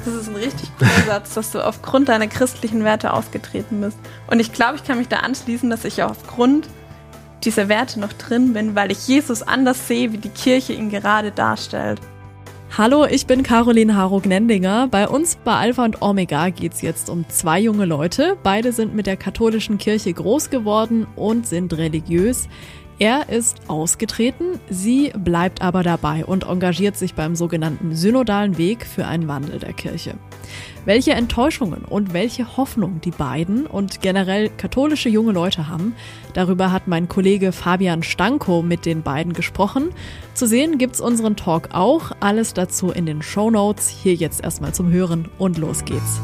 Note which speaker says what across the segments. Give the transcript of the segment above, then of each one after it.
Speaker 1: Das ist ein richtig cooler Satz, dass du aufgrund deiner christlichen Werte ausgetreten bist. Und ich glaube, ich kann mich da anschließen, dass ich aufgrund dieser Werte noch drin bin, weil ich Jesus anders sehe, wie die Kirche ihn gerade darstellt.
Speaker 2: Hallo, ich bin Caroline Harro-Gnendinger. Bei uns bei Alpha und Omega geht's jetzt um 2 junge Leute. Beide sind mit der katholischen Kirche groß geworden und sind religiös. Er ist ausgetreten, sie bleibt aber dabei und engagiert sich beim sogenannten synodalen Weg für einen Wandel der Kirche. Welche Enttäuschungen und welche Hoffnung die beiden und generell katholische junge Leute haben, darüber hat mein Kollege Fabian Stankow mit den beiden gesprochen. Zu sehen gibt's unseren Talk auch, alles dazu in den Shownotes. Hier jetzt erstmal zum Hören und los geht's.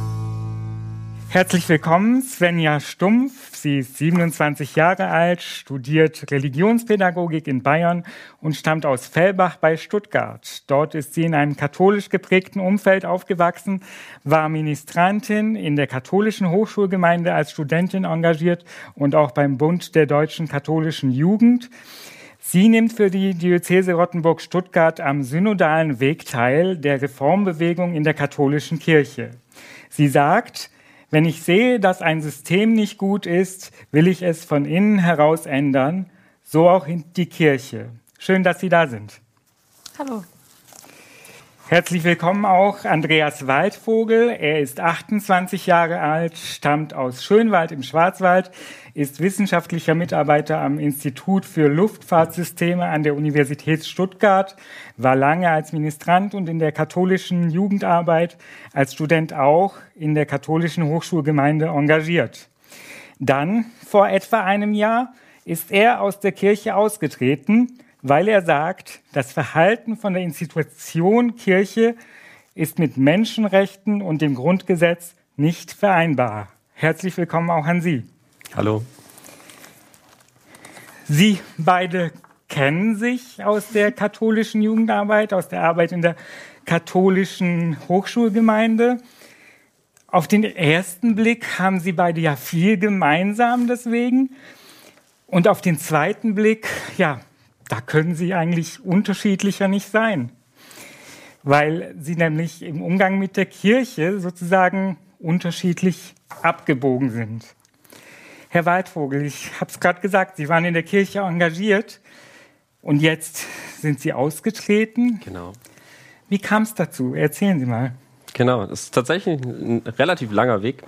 Speaker 3: Herzlich willkommen, Svenja Stumpf. Sie ist 27 Jahre alt, studiert Religionspädagogik in Bayern und stammt aus Fellbach bei Stuttgart. Dort ist sie in einem katholisch geprägten Umfeld aufgewachsen, war Ministrantin in der katholischen Hochschulgemeinde als Studentin engagiert und auch beim Bund der deutschen katholischen Jugend. Sie nimmt für die Diözese Rottenburg-Stuttgart am synodalen Weg teil, der Reformbewegung in der katholischen Kirche. Sie sagt: Wenn ich sehe, dass ein System nicht gut ist, will ich es von innen heraus ändern, so auch in die Kirche. Schön, dass Sie da sind.
Speaker 1: Hallo.
Speaker 3: Herzlich willkommen auch Andreas Waldvogel. Er ist 28 Jahre alt, stammt aus Schönwald im Schwarzwald, ist wissenschaftlicher Mitarbeiter am Institut für Luftfahrtsysteme an der Universität Stuttgart, war lange als Ministrant und in der katholischen Jugendarbeit, als Student auch in der katholischen Hochschulgemeinde engagiert. Dann, vor etwa einem Jahr, ist er aus der Kirche ausgetreten, weil er sagt, das Verhalten von der Institution Kirche ist mit Menschenrechten und dem Grundgesetz nicht vereinbar. Herzlich willkommen auch an Sie.
Speaker 4: Hallo.
Speaker 3: Sie beide kennen sich aus der katholischen Jugendarbeit, aus der Arbeit in der katholischen Hochschulgemeinde. Auf den ersten Blick haben Sie beide ja viel gemeinsam deswegen. Und auf den zweiten Blick, ja, da können Sie eigentlich unterschiedlicher nicht sein, weil Sie nämlich im Umgang mit der Kirche sozusagen unterschiedlich abgebogen sind. Herr Waldvogel, ich habe es gerade gesagt, Sie waren in der Kirche engagiert und jetzt sind Sie ausgetreten.
Speaker 4: Genau.
Speaker 3: Wie kam es dazu? Erzählen Sie mal.
Speaker 4: Genau, das ist tatsächlich ein relativ langer Weg.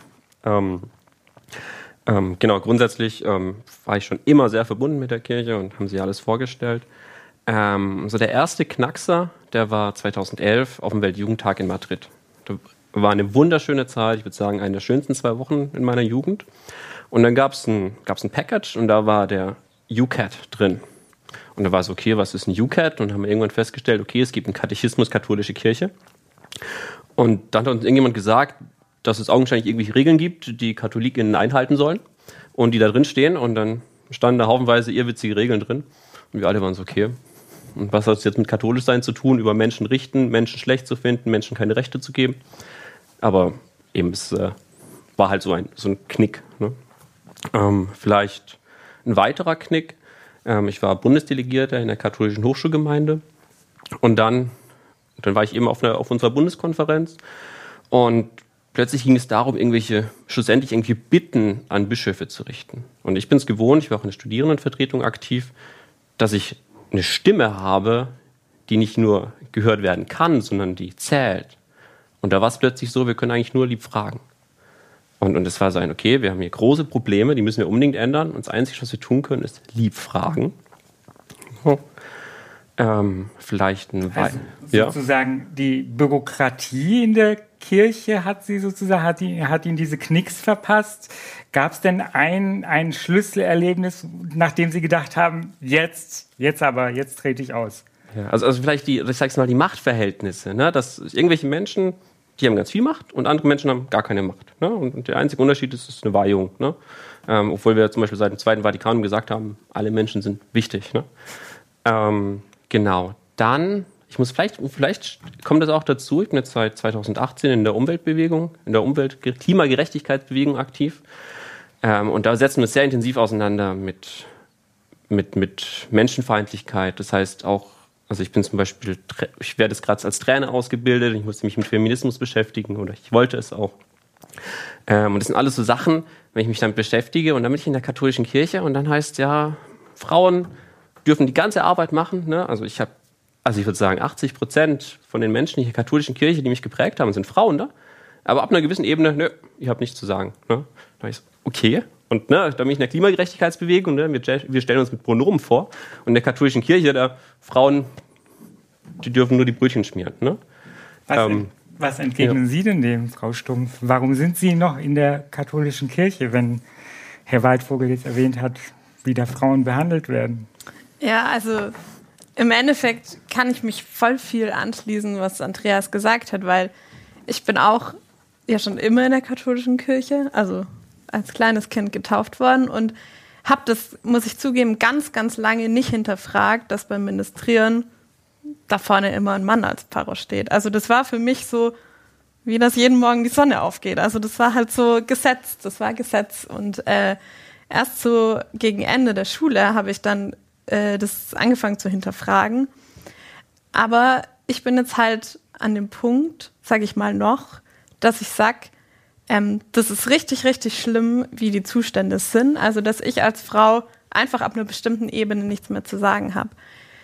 Speaker 4: Grundsätzlich war ich schon immer sehr verbunden mit der Kirche und haben sie alles vorgestellt. So der erste Knackser, der war 2011 auf dem Weltjugendtag in Madrid. Da war eine wunderschöne Zeit, ich würde sagen, eine der schönsten 2 Wochen in meiner Jugend. Und dann gab's ein Package und da war der UCAT drin. Und da war es okay, was ist ein UCAT? Und haben irgendwann festgestellt, okay, es gibt einen Katechismus katholische Kirche. Und dann hat uns irgendjemand gesagt, dass es augenscheinlich irgendwelche Regeln gibt, die KatholikInnen einhalten sollen und die da drin stehen. Und dann standen da haufenweise irrwitzige Regeln drin. Und wir alle waren so, okay, und was hat es jetzt mit katholisch sein zu tun? Über Menschen richten, Menschen schlecht zu finden, Menschen keine Rechte zu geben. Aber eben, es war halt so ein Knick. Ne? Vielleicht ein weiterer Knick. Ich war Bundesdelegierter in der katholischen Hochschulgemeinde. Und dann war ich eben auf unserer Bundeskonferenz. Und plötzlich ging es darum, schlussendlich irgendwie Bitten an Bischöfe zu richten. Und ich bin es gewohnt, ich war auch in der Studierendenvertretung aktiv, dass ich eine Stimme habe, die nicht nur gehört werden kann, sondern die zählt. Und da war es plötzlich so, wir können eigentlich nur lieb fragen. Und es war so okay, wir haben hier große Probleme, die müssen wir unbedingt ändern. Und das Einzige, was wir tun können, ist lieb fragen. Vielleicht
Speaker 3: sozusagen die Bürokratie in der Kirche hat Ihnen diese Knicks verpasst. Gab es denn ein Schlüsselerlebnis, nachdem Sie gedacht haben, jetzt trete ich aus?
Speaker 4: Ja, also vielleicht die Machtverhältnisse, ne? Dass irgendwelche Menschen, die haben ganz viel Macht und andere Menschen haben gar keine Macht. Ne? Und der einzige Unterschied ist eine Weihung. Ne? Obwohl wir zum Beispiel seit dem Zweiten Vatikanum gesagt haben, alle Menschen sind wichtig. Ne? Genau. Dann, vielleicht kommt das auch dazu, ich bin jetzt seit 2018 in der Umweltbewegung, in der Klimagerechtigkeitsbewegung aktiv. Und da setzen wir uns sehr intensiv auseinander mit Menschenfeindlichkeit. Das heißt auch, Also ich bin zum Beispiel, ich werde jetzt gerade als Trainer ausgebildet, ich musste mich mit Feminismus beschäftigen oder ich wollte es auch. Und das sind alles so Sachen, wenn ich mich damit beschäftige und dann bin ich in der katholischen Kirche und dann heißt ja, Frauen dürfen die ganze Arbeit machen. Ne? Also ich würde sagen, 80% von den Menschen in der katholischen Kirche, die mich geprägt haben, sind Frauen da. Aber ab einer gewissen Ebene, nö, ihr habt nichts zu sagen. Ne? Da ich so, okay. Und da bin ich in der Klimagerechtigkeitsbewegung, ne? Wir stellen uns mit Pronomen vor. Und in der katholischen Kirche, da Frauen, die dürfen nur die Brötchen schmieren. Ne?
Speaker 3: Was entgegnen Sie denn dem, Frau Stumpf? Warum sind Sie noch in der katholischen Kirche, wenn Herr Waldvogel jetzt erwähnt hat, wie da Frauen behandelt werden?
Speaker 1: Ja, also im Endeffekt kann ich mich voll viel anschließen, was Andreas gesagt hat, weil ich bin auch ja schon immer in der katholischen Kirche, also als kleines Kind getauft worden und habe das, muss ich zugeben, ganz, ganz lange nicht hinterfragt, dass beim Ministrieren da vorne immer ein Mann als Pfarrer steht. Also das war für mich so, wie das jeden Morgen die Sonne aufgeht. Also das war halt so Gesetz, das war Gesetz. Und erst so gegen Ende der Schule habe ich dann das angefangen zu hinterfragen. Aber ich bin jetzt halt an dem Punkt, sage ich mal noch, dass ich sage, das ist richtig, richtig schlimm, wie die Zustände sind. Also dass ich als Frau einfach ab einer bestimmten Ebene nichts mehr zu sagen habe.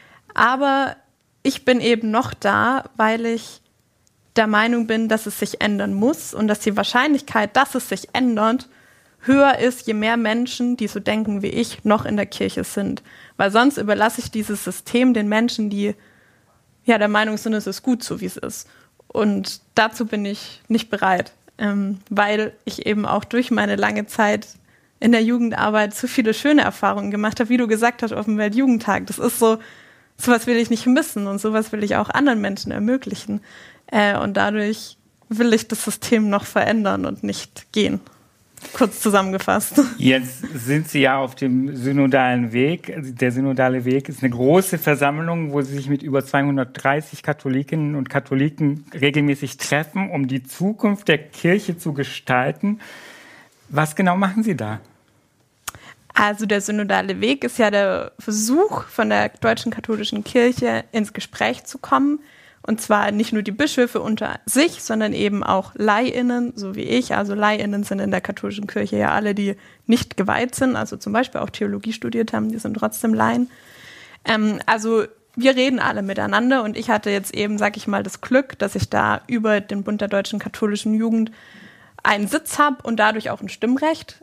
Speaker 1: Aber ich bin eben noch da, weil ich der Meinung bin, dass es sich ändern muss und dass die Wahrscheinlichkeit, dass es sich ändert, höher ist, je mehr Menschen, die so denken wie ich, noch in der Kirche sind. Weil sonst überlasse ich dieses System den Menschen, die ja der Meinung sind, es ist gut so, wie es ist. Und dazu bin ich nicht bereit, weil ich eben auch durch meine lange Zeit in der Jugendarbeit so viele schöne Erfahrungen gemacht habe, wie du gesagt hast, auf dem Weltjugendtag. Das ist so, sowas will ich nicht missen und sowas will ich auch anderen Menschen ermöglichen. Und dadurch will ich das System noch verändern und nicht gehen. Kurz zusammengefasst.
Speaker 3: Jetzt sind Sie ja auf dem synodalen Weg. Der synodale Weg ist eine große Versammlung, wo Sie sich mit über 230 Katholikinnen und Katholiken regelmäßig treffen, um die Zukunft der Kirche zu gestalten. Was genau machen Sie da?
Speaker 1: Also der synodale Weg ist ja der Versuch von der deutschen katholischen Kirche ins Gespräch zu kommen. Und zwar nicht nur die Bischöfe unter sich, sondern eben auch LaiInnen, so wie ich. Also LaiInnen sind in der katholischen Kirche ja alle, die nicht geweiht sind, also zum Beispiel auch Theologie studiert haben, die sind trotzdem Laien. Also wir reden alle miteinander und ich hatte jetzt eben, sag ich mal, das Glück, dass ich da über den Bund der deutschen katholischen Jugend einen Sitz habe und dadurch auch ein Stimmrecht.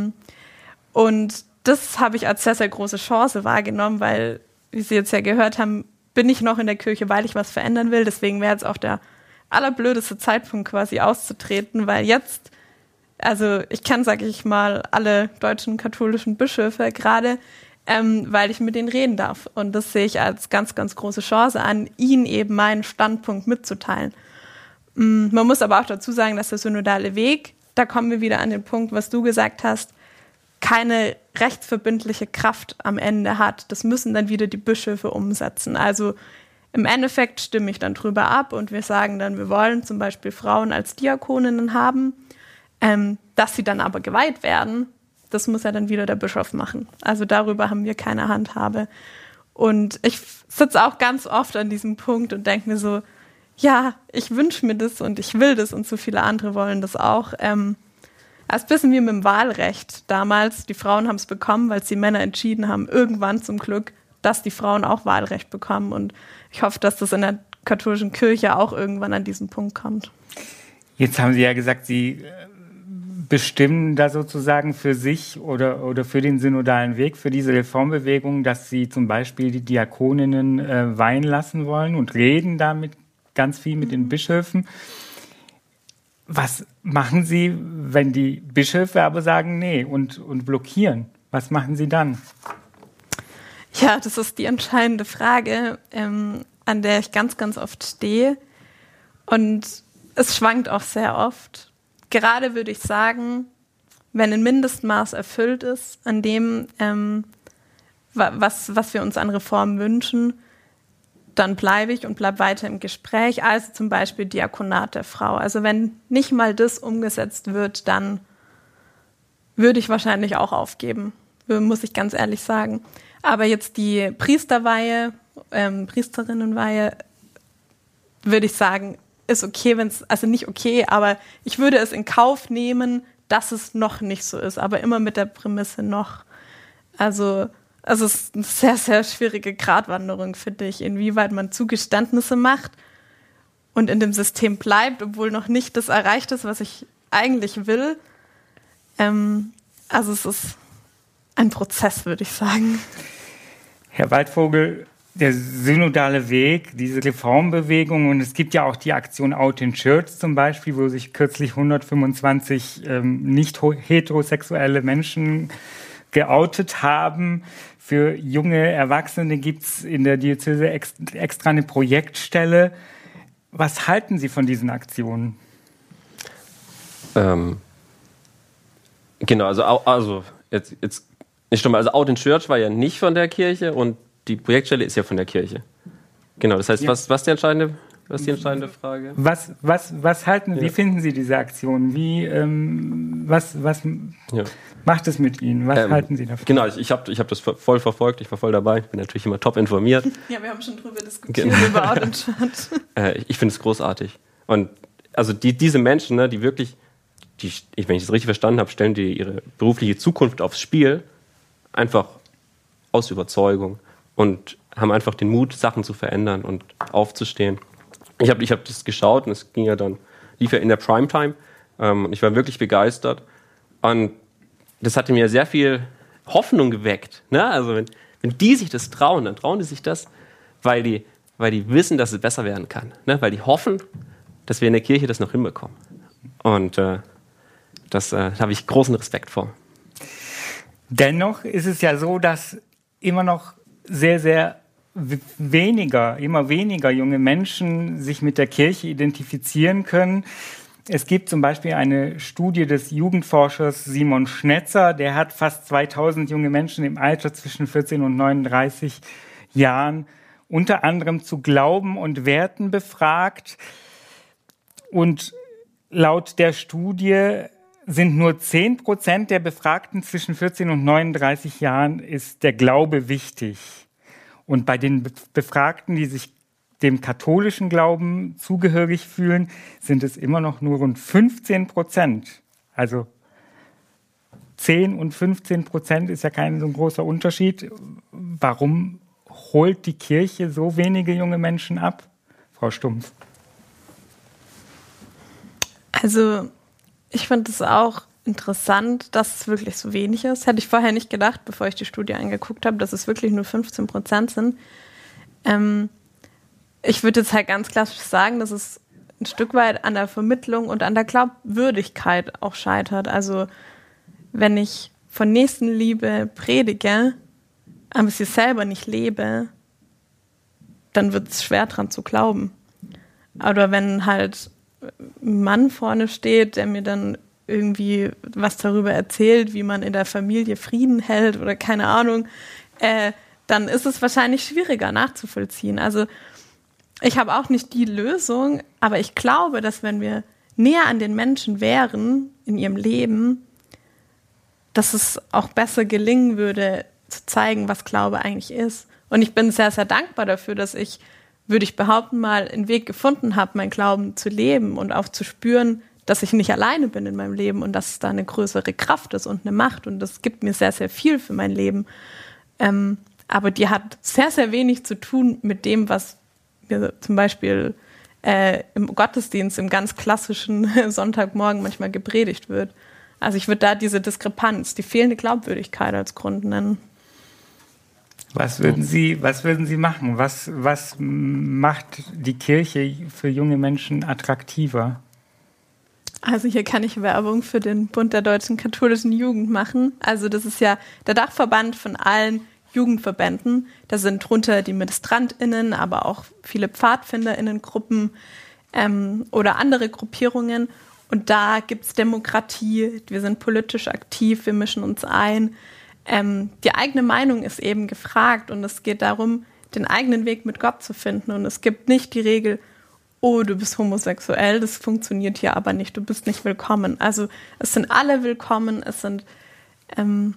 Speaker 1: Und das habe ich als sehr, sehr große Chance wahrgenommen, weil, wie Sie jetzt ja gehört haben, bin ich noch in der Kirche, weil ich was verändern will. Deswegen wäre jetzt auch der allerblödeste Zeitpunkt quasi auszutreten, weil jetzt, also ich kenne, sage ich mal, alle deutschen katholischen Bischöfe gerade, weil ich mit denen reden darf. Und das sehe ich als ganz, ganz große Chance an, ihnen eben meinen Standpunkt mitzuteilen. Man muss aber auch dazu sagen, dass der synodale Weg, da kommen wir wieder an den Punkt, was du gesagt hast, keine rechtsverbindliche Kraft am Ende hat. Das müssen dann wieder die Bischöfe umsetzen. Also im Endeffekt stimme ich dann drüber ab und wir sagen dann, wir wollen zum Beispiel Frauen als Diakoninnen haben, dass sie dann aber geweiht werden, das muss ja dann wieder der Bischof machen. Also darüber haben wir keine Handhabe. Und ich sitze auch ganz oft an diesem Punkt und denke mir so, ja, ich wünsche mir das und ich will das und so viele andere wollen das auch. Erst wissen wir mit dem Wahlrecht damals, die Frauen haben es bekommen, weil die Männer entschieden haben, irgendwann zum Glück, dass die Frauen auch Wahlrecht bekommen. Und ich hoffe, dass das in der katholischen Kirche auch irgendwann an diesen Punkt kommt.
Speaker 3: Jetzt haben Sie ja gesagt, Sie bestimmen da sozusagen für sich oder für den synodalen Weg, für diese Reformbewegung, dass Sie zum Beispiel die Diakoninnen weihen lassen wollen und reden damit ganz viel mit den Bischöfen. Was machen Sie, wenn die Bischöfe aber sagen, nee, und blockieren? Was machen Sie dann?
Speaker 1: Ja, das ist die entscheidende Frage, an der ich ganz, ganz oft stehe. Und es schwankt auch sehr oft. Gerade würde ich sagen, wenn ein Mindestmaß erfüllt ist, an dem, was wir uns an Reformen wünschen, dann bleibe ich und bleibe weiter im Gespräch, also zum Beispiel Diakonat der Frau. Also wenn nicht mal das umgesetzt wird, dann würde ich wahrscheinlich auch aufgeben, muss ich ganz ehrlich sagen. Aber jetzt die Priesterweihe, Priesterinnenweihe, würde ich sagen, ist okay, wenn es, also nicht okay, aber ich würde es in Kauf nehmen, dass es noch nicht so ist, aber immer mit der Prämisse noch. Also es ist eine sehr, sehr schwierige Gratwanderung, finde ich, inwieweit man Zugeständnisse macht und in dem System bleibt, obwohl noch nicht das erreicht ist, was ich eigentlich will. Also es ist ein Prozess, würde ich sagen.
Speaker 3: Herr Waldvogel, der synodale Weg, diese Reformbewegung, und es gibt ja auch die Aktion Out in Church zum Beispiel, wo sich kürzlich 125 nicht heterosexuelle Menschen geoutet haben. Für junge Erwachsene gibt es in der Diözese extra eine Projektstelle. Was halten Sie von diesen Aktionen?
Speaker 4: Genau, also jetzt nicht stimmt, also Out in Church war ja nicht von der Kirche und die Projektstelle ist ja von der Kirche. Genau, das heißt, ja. was ist die entscheidende Frage?
Speaker 3: Was halten, ja. Wie finden Sie diese Aktion? Was macht es mit Ihnen? Was halten Sie davon?
Speaker 4: Genau, ich hab das voll verfolgt, ich war voll dabei, ich bin natürlich immer top informiert.
Speaker 1: Ja, wir haben schon drüber diskutiert, über Out in Church.
Speaker 4: Ich finde es großartig. Und also diese Menschen, ne, die wirklich, wenn ich das richtig verstanden habe, stellen die ihre berufliche Zukunft aufs Spiel, einfach aus Überzeugung. Und haben einfach den Mut, Sachen zu verändern und aufzustehen. Ich hab das geschaut und es lief ja in der Primetime. Und ich war wirklich begeistert. Und das hatte mir sehr viel Hoffnung geweckt. Ne? Also wenn die sich das trauen, dann trauen die sich das, weil die wissen, dass es besser werden kann. Ne? Weil die hoffen, dass wir in der Kirche das noch hinbekommen. Und das habe ich großen Respekt vor.
Speaker 3: Dennoch ist es ja so, dass immer noch sehr, sehr immer weniger junge Menschen sich mit der Kirche identifizieren können. Es gibt zum Beispiel eine Studie des Jugendforschers Simon Schnetzer, der hat fast 2000 junge Menschen im Alter zwischen 14 und 39 Jahren unter anderem zu Glauben und Werten befragt. Und laut der Studie sind nur 10% der Befragten zwischen 14 und 39 Jahren ist der Glaube wichtig. Und bei den Befragten, die sich dem katholischen Glauben zugehörig fühlen, sind es immer noch nur rund 15%. Also 10 und 15% ist ja kein so ein großer Unterschied. Warum holt die Kirche so wenige junge Menschen ab, Frau Stumpf?
Speaker 1: Also ich finde es auch interessant, dass es wirklich so wenig ist. Hätte ich vorher nicht gedacht, bevor ich die Studie angeguckt habe, dass es wirklich nur 15% sind. Ich würde jetzt halt ganz klassisch sagen, dass es ein Stück weit an der Vermittlung und an der Glaubwürdigkeit auch scheitert. Also wenn ich von Nächstenliebe predige, aber sie selber nicht lebe, dann wird es schwer dran zu glauben. Oder wenn halt ein Mann vorne steht, der mir dann irgendwie was darüber erzählt, wie man in der Familie Frieden hält oder keine Ahnung, dann ist es wahrscheinlich schwieriger nachzuvollziehen. Also ich habe auch nicht die Lösung, aber ich glaube, dass wenn wir näher an den Menschen wären in ihrem Leben, dass es auch besser gelingen würde, zu zeigen, was Glaube eigentlich ist. Und ich bin sehr, sehr dankbar dafür, dass ich, würde ich behaupten, mal einen Weg gefunden habe, mein Glauben zu leben und auch zu spüren, dass ich nicht alleine bin in meinem Leben und dass es da eine größere Kraft ist und eine Macht. Und das gibt mir sehr, sehr viel für mein Leben. Aber die hat sehr, sehr wenig zu tun mit dem, was mir zum Beispiel im Gottesdienst, im ganz klassischen Sonntagmorgen manchmal gepredigt wird. Also ich würde da diese Diskrepanz, die fehlende Glaubwürdigkeit als Grund nennen.
Speaker 3: Was würden Sie machen? Was macht die Kirche für junge Menschen attraktiver?
Speaker 1: Also hier kann ich Werbung für den Bund der deutschen katholischen Jugend machen. Also das ist ja der Dachverband von allen Jugendverbänden. Da sind drunter die MinistrantInnen, aber auch viele PfadfinderInnen-Gruppen oder andere Gruppierungen. Und da gibt es Demokratie, wir sind politisch aktiv, wir mischen uns ein. Die eigene Meinung ist eben gefragt und es geht darum, den eigenen Weg mit Gott zu finden. Und es gibt nicht die Regel, oh, du bist homosexuell, das funktioniert hier aber nicht, du bist nicht willkommen. Also es sind alle willkommen, es sind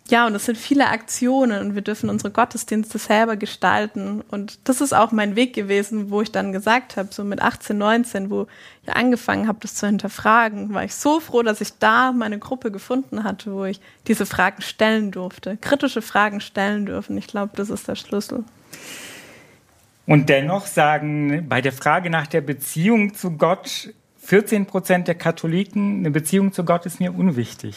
Speaker 1: Ja, und es sind viele Aktionen und wir dürfen unsere Gottesdienste selber gestalten. Und das ist auch mein Weg gewesen, wo ich dann gesagt habe, so mit 18, 19, wo ich angefangen habe, das zu hinterfragen, war ich so froh, dass ich da meine Gruppe gefunden hatte, wo ich diese Fragen stellen durfte, kritische Fragen stellen dürfen. Ich glaube, das ist der Schlüssel.
Speaker 3: Und dennoch sagen bei der Frage nach der Beziehung zu Gott 14% der Katholiken, eine Beziehung zu Gott ist mir unwichtig.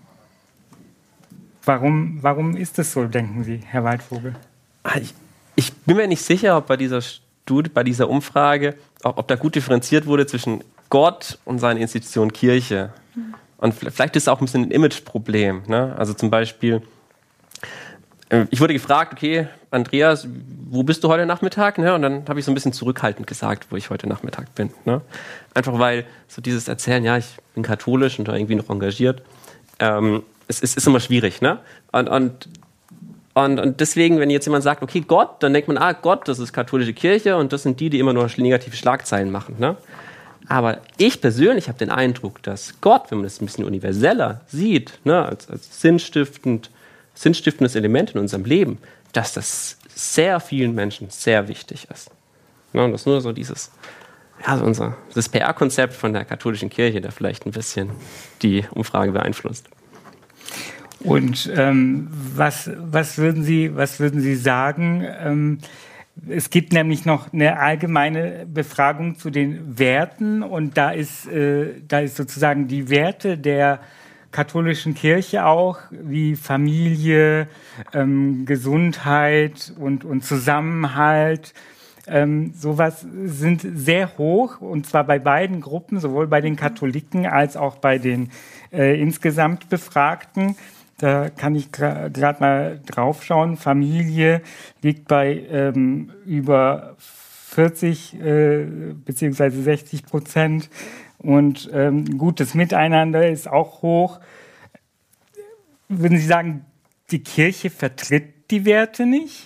Speaker 3: Warum ist das so, denken Sie, Herr Waldvogel?
Speaker 4: Ich bin mir nicht sicher, ob bei dieser Studie, bei dieser Umfrage, ob da gut differenziert wurde zwischen Gott und seiner Institution Kirche. Und vielleicht ist es auch ein bisschen ein Imageproblem. Ne? Also zum Beispiel, ich wurde gefragt, okay, Andreas, wo bist du heute Nachmittag? Ne? Und dann habe ich so ein bisschen zurückhaltend gesagt, wo ich heute Nachmittag bin. Ne? Einfach weil so dieses Erzählen, ja, ich bin katholisch und da irgendwie noch engagiert, es ist immer schwierig, ne? Und deswegen, wenn jetzt jemand sagt, okay, Gott, dann denkt man, Gott, das ist katholische Kirche und das sind die immer nur negative Schlagzeilen machen, ne? Aber ich persönlich habe den Eindruck, dass Gott, wenn man das ein bisschen universeller sieht, ne, als sinnstiftendes Element in unserem Leben, dass das sehr vielen Menschen sehr wichtig ist. Ne? Und das ist nur so dieses, ja, das PR-Konzept von der katholischen Kirche, der vielleicht ein bisschen die Umfrage beeinflusst.
Speaker 3: Und was würden Sie sagen? Es gibt nämlich noch eine allgemeine Befragung zu den Werten und da ist sozusagen die Werte der katholischen Kirche auch, wie Familie, Gesundheit und Zusammenhalt, sowas sind sehr hoch und zwar bei beiden Gruppen, sowohl bei den Katholiken als auch bei den insgesamt Befragten. Da kann ich gerade mal drauf schauen. Familie liegt bei über 40 bzw. 60% und gutes Miteinander ist auch hoch. Würden Sie sagen, die Kirche vertritt die Werte nicht?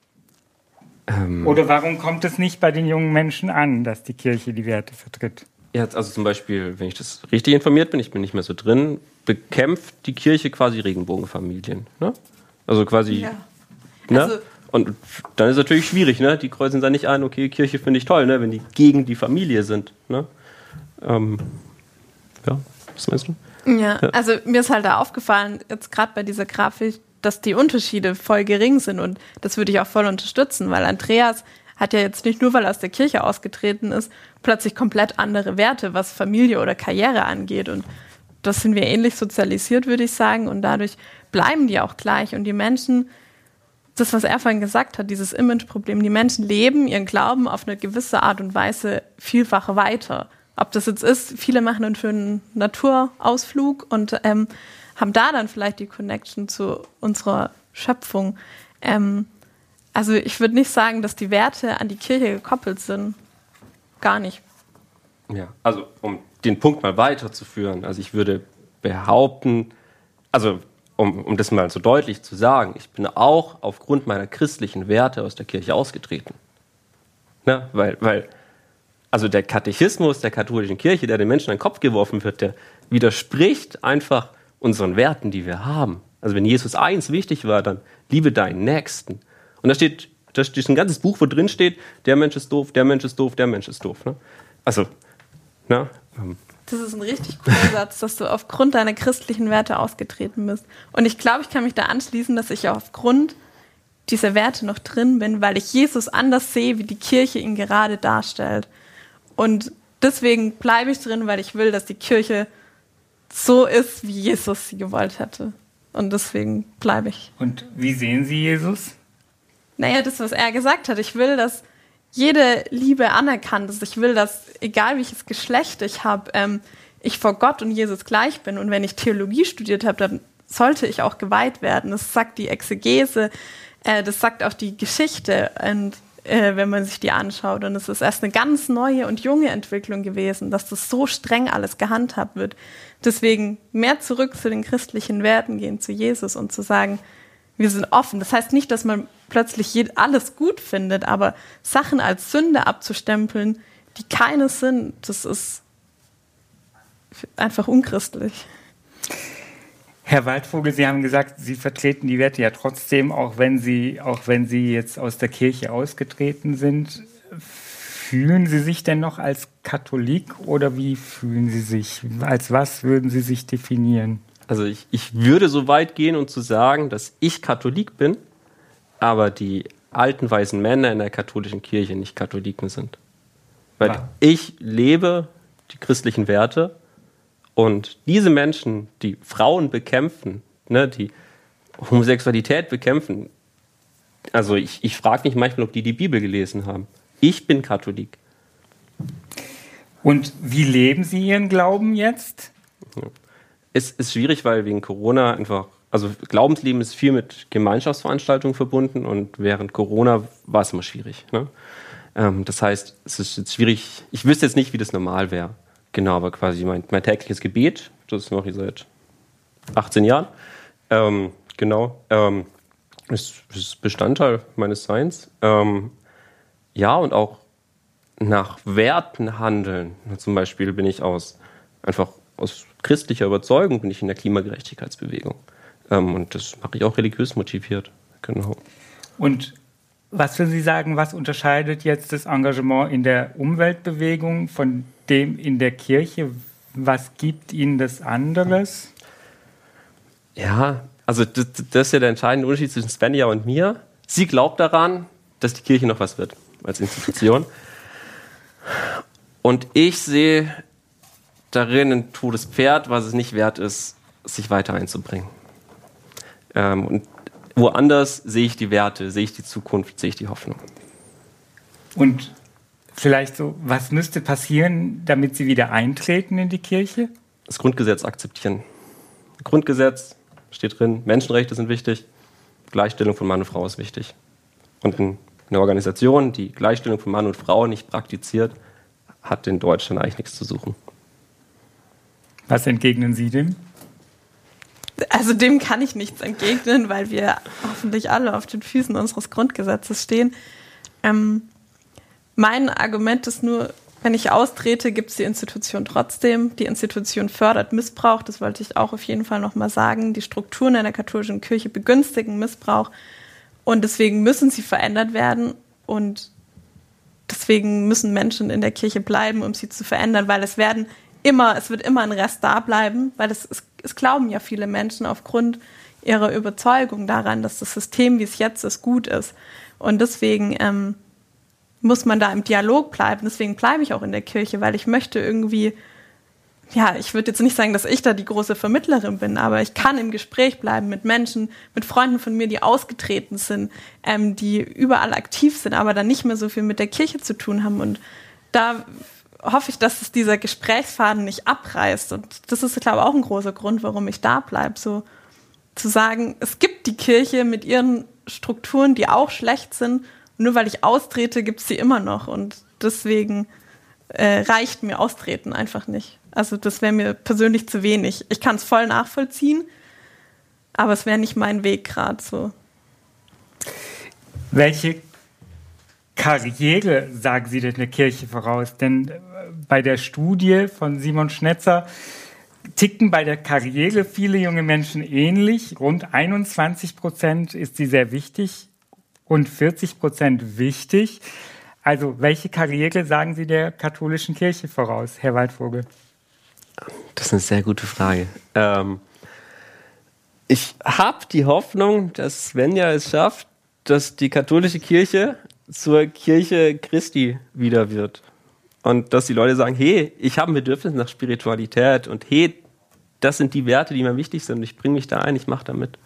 Speaker 3: Oder warum kommt es nicht bei den jungen Menschen an, dass die Kirche die Werte vertritt?
Speaker 4: Ja, also zum Beispiel, wenn ich das richtig informiert bin, ich bin nicht mehr so drin, bekämpft die Kirche quasi Regenbogenfamilien. Ne? Also quasi. Ja. Ne? Also, und dann ist es natürlich schwierig, ne? Die kreuzen dann nicht an, okay, Kirche finde ich toll, ne? Wenn die gegen die Familie sind. Ne? Ja, was meinst du?
Speaker 1: Ja, also mir ist halt da aufgefallen, jetzt gerade bei dieser Grafik, dass die Unterschiede voll gering sind und das würde ich auch voll unterstützen, weil Andreas hat ja jetzt nicht nur, weil er aus der Kirche ausgetreten ist, plötzlich komplett andere Werte, was Familie oder Karriere angeht. Und das sind wir ähnlich sozialisiert, würde ich sagen. Und dadurch bleiben die auch gleich. Und die Menschen, das, was er vorhin gesagt hat, dieses Imageproblem, die Menschen leben ihren Glauben auf eine gewisse Art und Weise vielfach weiter. Ob das jetzt ist, viele machen einen schönen Naturausflug und haben da dann vielleicht die Connection zu unserer Schöpfung. Also ich würde nicht sagen, dass die Werte an die Kirche gekoppelt sind. Gar nicht.
Speaker 4: Ja, also um den Punkt mal weiterzuführen, also ich würde behaupten, also um das mal so deutlich zu sagen, ich bin auch aufgrund meiner christlichen Werte aus der Kirche ausgetreten. Ne? Weil also der Katechismus der katholischen Kirche, der den Menschen an den Kopf geworfen wird, der widerspricht einfach unseren Werten, die wir haben. Also wenn Jesus eins wichtig war, dann liebe deinen Nächsten. Und da steht ein ganzes Buch, wo drin steht, der Mensch ist doof, der Mensch ist doof, der Mensch ist doof. Ne? Also, ne?
Speaker 1: Das ist ein richtig cooler Satz, dass du aufgrund deiner christlichen Werte ausgetreten bist. Und ich glaube, ich kann mich da anschließen, dass ich aufgrund dieser Werte noch drin bin, weil ich Jesus anders sehe, wie die Kirche ihn gerade darstellt. Und deswegen bleibe ich drin, weil ich will, dass die Kirche so ist, wie Jesus sie gewollt hätte. Und deswegen bleibe ich.
Speaker 3: Und wie sehen Sie Jesus?
Speaker 1: Naja, das, was er gesagt hat. Ich will, dass jede Liebe anerkannt ist. Ich will, dass, egal welches Geschlecht ich habe, ich vor Gott und Jesus gleich bin. Und wenn ich Theologie studiert habe, dann sollte ich auch geweiht werden. Das sagt die Exegese, das sagt auch die Geschichte, und wenn man sich die anschaut. Und es ist erst eine ganz neue und junge Entwicklung gewesen, dass das so streng alles gehandhabt wird. Deswegen mehr zurück zu den christlichen Werten gehen, zu Jesus und zu sagen, wir sind offen. Das heißt nicht, dass man plötzlich alles gut findet, aber Sachen als Sünde abzustempeln, die keine sind, das ist einfach unchristlich.
Speaker 3: Herr Waldvogel, Sie haben gesagt, Sie vertreten die Werte ja trotzdem, auch wenn Sie jetzt aus der Kirche ausgetreten sind. Fühlen Sie sich denn noch als Katholik oder wie fühlen Sie sich? Als was würden Sie sich definieren?
Speaker 4: Also ich würde so weit gehen und zu sagen, dass ich Katholik bin, aber die alten weißen Männer in der katholischen Kirche nicht Katholiken sind. Weil ich lebe die christlichen Werte und diese Menschen, die Frauen bekämpfen, ne, die Homosexualität bekämpfen, also ich frage mich manchmal, ob die Bibel gelesen haben. Ich bin Katholik.
Speaker 3: Und wie leben Sie Ihren Glauben jetzt?
Speaker 4: Es ist schwierig, weil wegen Corona einfach, also Glaubensleben ist viel mit Gemeinschaftsveranstaltungen verbunden und während Corona war es immer schwierig. Ne? Das heißt, es ist jetzt schwierig, ich wüsste jetzt nicht, wie das normal wäre. Genau, aber quasi mein tägliches Gebet, das mache ich seit 18 Jahren. Ist Bestandteil meines Seins. Ja, und auch nach Werten handeln. Zum Beispiel bin ich aus christlicher Überzeugung bin ich in der Klimagerechtigkeitsbewegung. Und das mache ich auch religiös motiviert. Genau.
Speaker 3: Und was würden Sie sagen, was unterscheidet jetzt das Engagement in der Umweltbewegung von dem in der Kirche? Was gibt Ihnen das anderes?
Speaker 4: Ja, also das ist ja der entscheidende Unterschied zwischen Svenja und mir. Sie glaubt daran, dass die Kirche noch was wird als Institution. Und ich sehe darin ein totes Pferd, was es nicht wert ist, sich weiter einzubringen. Und woanders sehe ich die Werte, sehe ich die Zukunft, sehe ich die Hoffnung.
Speaker 3: Und vielleicht so, was müsste passieren, damit Sie wieder eintreten in die Kirche?
Speaker 4: Das Grundgesetz akzeptieren. Grundgesetz steht drin, Menschenrechte sind wichtig, Gleichstellung von Mann und Frau ist wichtig. Und eine Organisation, die Gleichstellung von Mann und Frau nicht praktiziert, hat in Deutschland eigentlich nichts zu suchen.
Speaker 3: Was entgegnen Sie dem?
Speaker 1: Also dem kann ich nichts entgegnen, weil wir hoffentlich alle auf den Füßen unseres Grundgesetzes stehen. Mein Argument ist nur, wenn ich austrete, gibt es die Institution trotzdem. Die Institution fördert Missbrauch, das wollte ich auch auf jeden Fall nochmal sagen. Die Strukturen in der katholischen Kirche begünstigen Missbrauch und deswegen müssen sie verändert werden und deswegen müssen Menschen in der Kirche bleiben, um sie zu verändern, weil es wird immer ein Rest da bleiben, weil es glauben ja viele Menschen aufgrund ihrer Überzeugung daran, dass das System, wie es jetzt ist, gut ist. Und deswegen muss man da im Dialog bleiben. Deswegen bleibe ich auch in der Kirche, weil ich möchte irgendwie, ja, ich würde jetzt nicht sagen, dass ich da die große Vermittlerin bin, aber ich kann im Gespräch bleiben mit Menschen, mit Freunden von mir, die ausgetreten sind, die überall aktiv sind, aber dann nicht mehr so viel mit der Kirche zu tun haben. Und da hoffe ich, dass es dieser Gesprächsfaden nicht abreißt. Und das ist, glaube ich, auch ein großer Grund, warum ich da bleibe. So zu sagen, es gibt die Kirche mit ihren Strukturen, die auch schlecht sind. Und nur weil ich austrete, gibt es sie immer noch. Und deswegen reicht mir Austreten einfach nicht. Also das wäre mir persönlich zu wenig. Ich kann es voll nachvollziehen, aber es wäre nicht mein Weg gerade so.
Speaker 3: Welche Karriere sagen Sie denn der Kirche voraus? Denn bei der Studie von Simon Schnetzer ticken bei der Karriere viele junge Menschen ähnlich. Rund 21% ist sie sehr wichtig und 40% wichtig. Also welche Karriere sagen Sie der katholischen Kirche voraus, Herr Waldvogel?
Speaker 4: Das ist eine sehr gute Frage. Ich habe die Hoffnung, dass Svenja es schafft, dass die katholische Kirche zur Kirche Christi wieder wird. Und dass die Leute sagen, hey, ich habe ein Bedürfnis nach Spiritualität und hey, das sind die Werte, die mir wichtig sind und ich bringe mich da ein, ich mache da mit.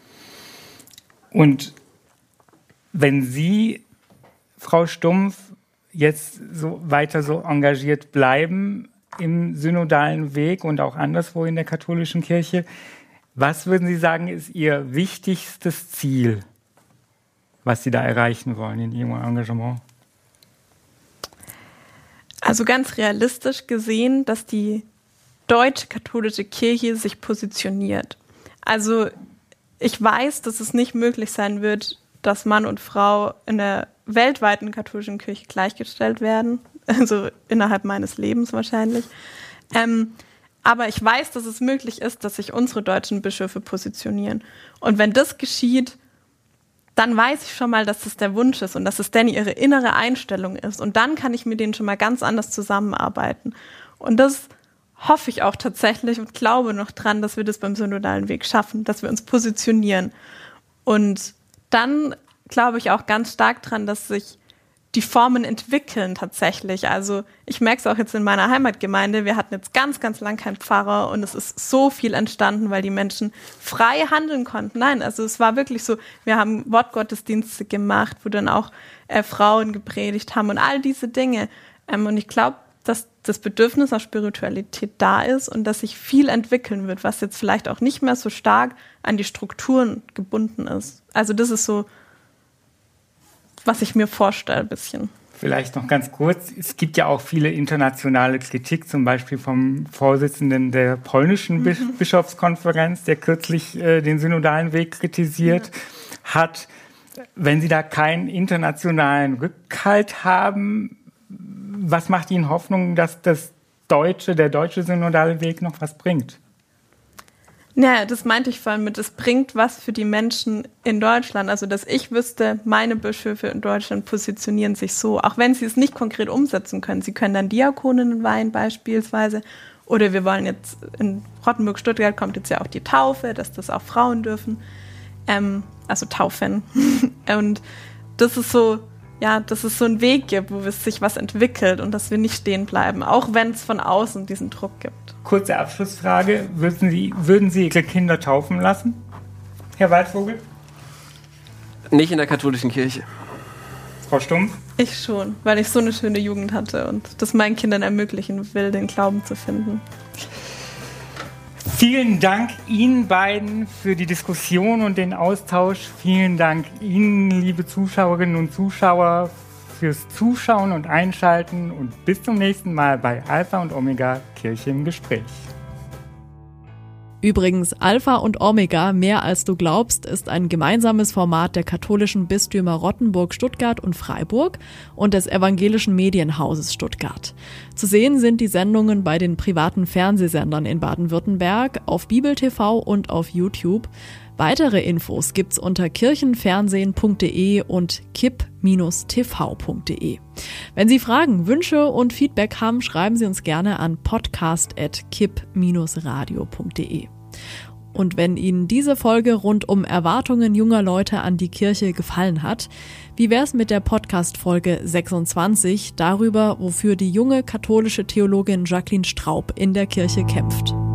Speaker 3: Und wenn Sie, Frau Stumpf, jetzt so weiter so engagiert bleiben im synodalen Weg und auch anderswo in der katholischen Kirche, was würden Sie sagen, ist Ihr wichtigstes Ziel, was Sie da erreichen wollen in Ihrem Engagement?
Speaker 1: Also ganz realistisch gesehen, dass die deutsche katholische Kirche sich positioniert. Also ich weiß, dass es nicht möglich sein wird, dass Mann und Frau in der weltweiten katholischen Kirche gleichgestellt werden, also innerhalb meines Lebens wahrscheinlich. Aber ich weiß, dass es möglich ist, dass sich unsere deutschen Bischöfe positionieren. Und wenn das geschieht, dann weiß ich schon mal, dass das der Wunsch ist und dass es denn ihre innere Einstellung ist. Und dann kann ich mit denen schon mal ganz anders zusammenarbeiten. Und das hoffe ich auch tatsächlich und glaube noch dran, dass wir das beim synodalen Weg schaffen, dass wir uns positionieren. Und dann glaube ich auch ganz stark dran, dass sich die Formen entwickeln tatsächlich. Also ich merke es auch jetzt in meiner Heimatgemeinde. Wir hatten jetzt ganz, ganz lang keinen Pfarrer und es ist so viel entstanden, weil die Menschen frei handeln konnten. Nein, also es war wirklich so, wir haben Wortgottesdienste gemacht, wo dann auch Frauen gepredigt haben und all diese Dinge. Und ich glaube, dass das Bedürfnis nach Spiritualität da ist und dass sich viel entwickeln wird, was jetzt vielleicht auch nicht mehr so stark an die Strukturen gebunden ist. Also das ist so, was ich mir vorstelle, ein bisschen.
Speaker 3: Vielleicht noch ganz kurz. Es gibt ja auch viele internationale Kritik, zum Beispiel vom Vorsitzenden der polnischen Bischofskonferenz, der kürzlich den synodalen Weg kritisiert hat. Wenn Sie da keinen internationalen Rückhalt haben, was macht Ihnen Hoffnung, dass der deutsche synodale Weg noch was bringt?
Speaker 1: Ja, das meinte ich vor allem mit, es bringt was für die Menschen in Deutschland. Also, dass ich wüsste, meine Bischöfe in Deutschland positionieren sich so, auch wenn sie es nicht konkret umsetzen können. Sie können dann Diakoninnen weihen beispielsweise. Oder wir wollen jetzt, in Rottenburg-Stuttgart kommt jetzt ja auch die Taufe, dass das auch Frauen dürfen. Also Taufen. Und das ist so, ja, dass es so einen Weg gibt, wo sich was entwickelt und dass wir nicht stehen bleiben, auch wenn es von außen diesen Druck gibt.
Speaker 3: Kurze Abschlussfrage. Würden Sie Ihre Kinder taufen lassen, Herr Waldvogel?
Speaker 4: Nicht in der katholischen Kirche.
Speaker 3: Frau Stumpf?
Speaker 1: Ich schon, weil ich so eine schöne Jugend hatte und das meinen Kindern ermöglichen will, den Glauben zu finden.
Speaker 3: Vielen Dank Ihnen beiden für die Diskussion und den Austausch. Vielen Dank Ihnen, liebe Zuschauerinnen und Zuschauer, fürs Zuschauen und Einschalten und bis zum nächsten Mal bei Alpha und Omega Kirche im Gespräch.
Speaker 2: Übrigens, Alpha und Omega, mehr als du glaubst, ist ein gemeinsames Format der katholischen Bistümer Rottenburg, Stuttgart und Freiburg und des evangelischen Medienhauses Stuttgart. Zu sehen sind die Sendungen bei den privaten Fernsehsendern in Baden-Württemberg, auf Bibel TV und auf YouTube. Weitere Infos gibt's unter kirchenfernsehen.de und kipp-tv.de. Wenn Sie Fragen, Wünsche und Feedback haben, schreiben Sie uns gerne an podcast@kipp-radio.de. Und wenn Ihnen diese Folge rund um Erwartungen junger Leute an die Kirche gefallen hat, wie wär's mit der Podcast-Folge 26 darüber, wofür die junge katholische Theologin Jacqueline Straub in der Kirche kämpft?